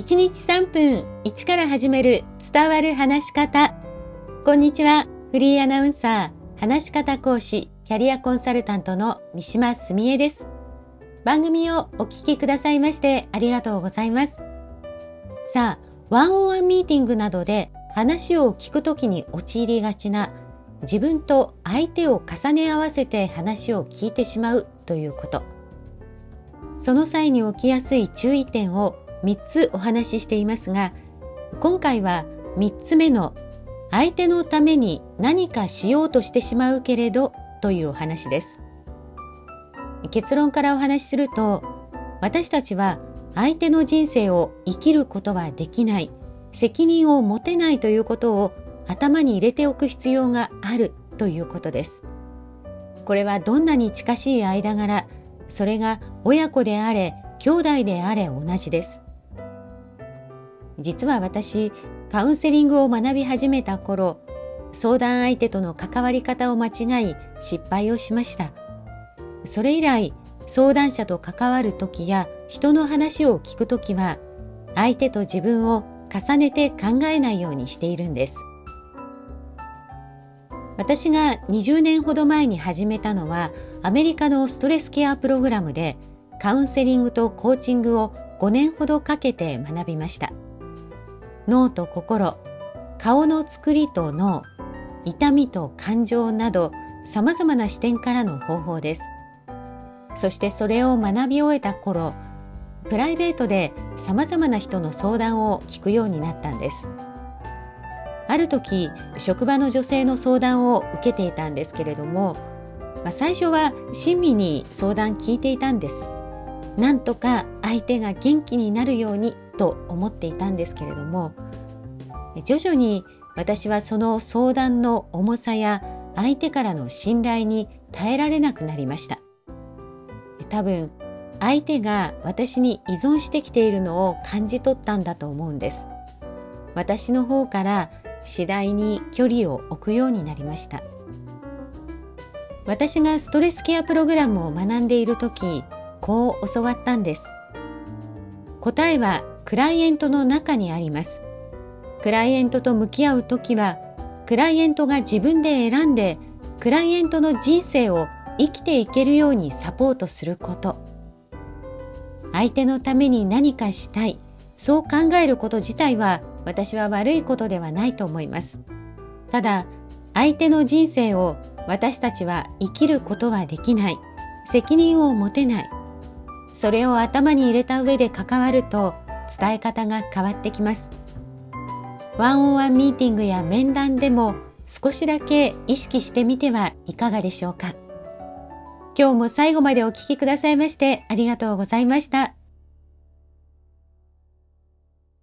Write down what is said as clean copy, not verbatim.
1日3分1から始める伝わる話し方。こんにちは。フリーアナウンサー、話し方講師、キャリアコンサルタントの三島澄江です。番組をお聞きくださいましてありがとうございます。さあ、ワンオンワンミーティングなどで話を聞くときに陥りがちな、自分と相手を重ね合わせて話を聞いてしまうということ。その際に起きやすい注意点を3つお話ししていますが、今回は3つ目の相手のために何かしようとしてしまうけれどというお話です。結論からお話しすると、私たちは相手の人生を生きることはできない、責任を持てないということを頭に入れておく必要があるということです。これはどんなに近しい間柄、それが親子であれ、兄弟であれ同じです。実は私、カウンセリングを学び始めた頃、相談相手との関わり方を間違い失敗をしました。それ以来、相談者と関わるときや人の話を聞くときは、相手と自分を重ねて考えないようにしているんです。私が20年ほど前に始めたのは、アメリカのストレスケアプログラムで、カウンセリングとコーチングを5年ほどかけて学びました。脳と心、顔の作りと脳、痛みと感情など様々な視点からの方法です。そしてそれを学び終えた頃、プライベートで様々な人の相談を聞くようになったんです。ある時、職場の女性の相談を受けていたんですけれども、最初は親身に相談聞いていたんです。なんとか相手が元気になるようにと思っていたんですけれども、徐々に私はその相談の重さや相手からの信頼に耐えられなくなりました。多分相手が私に依存してきているのを感じ取ったんだと思うんです。私の方から次第に距離を置くようになりました。私がストレスケアプログラムを学んでいるとき、こう教わったんです。答えはクライエントの中にあります。クライエントと向き合うときは、クライエントが自分で選んで、クライエントの人生を生きていけるようにサポートすること。相手のために何かしたい、そう考えること自体は私は悪いことではないと思います。ただ、相手の人生を私たちは生きることはできない、責任を持てない。それを頭に入れた上で関わると伝え方が変わってきます。ワンオンワンミーティングや面談でも少しだけ意識してみてはいかがでしょうか。今日も最後までお聞きくださいましてありがとうございました。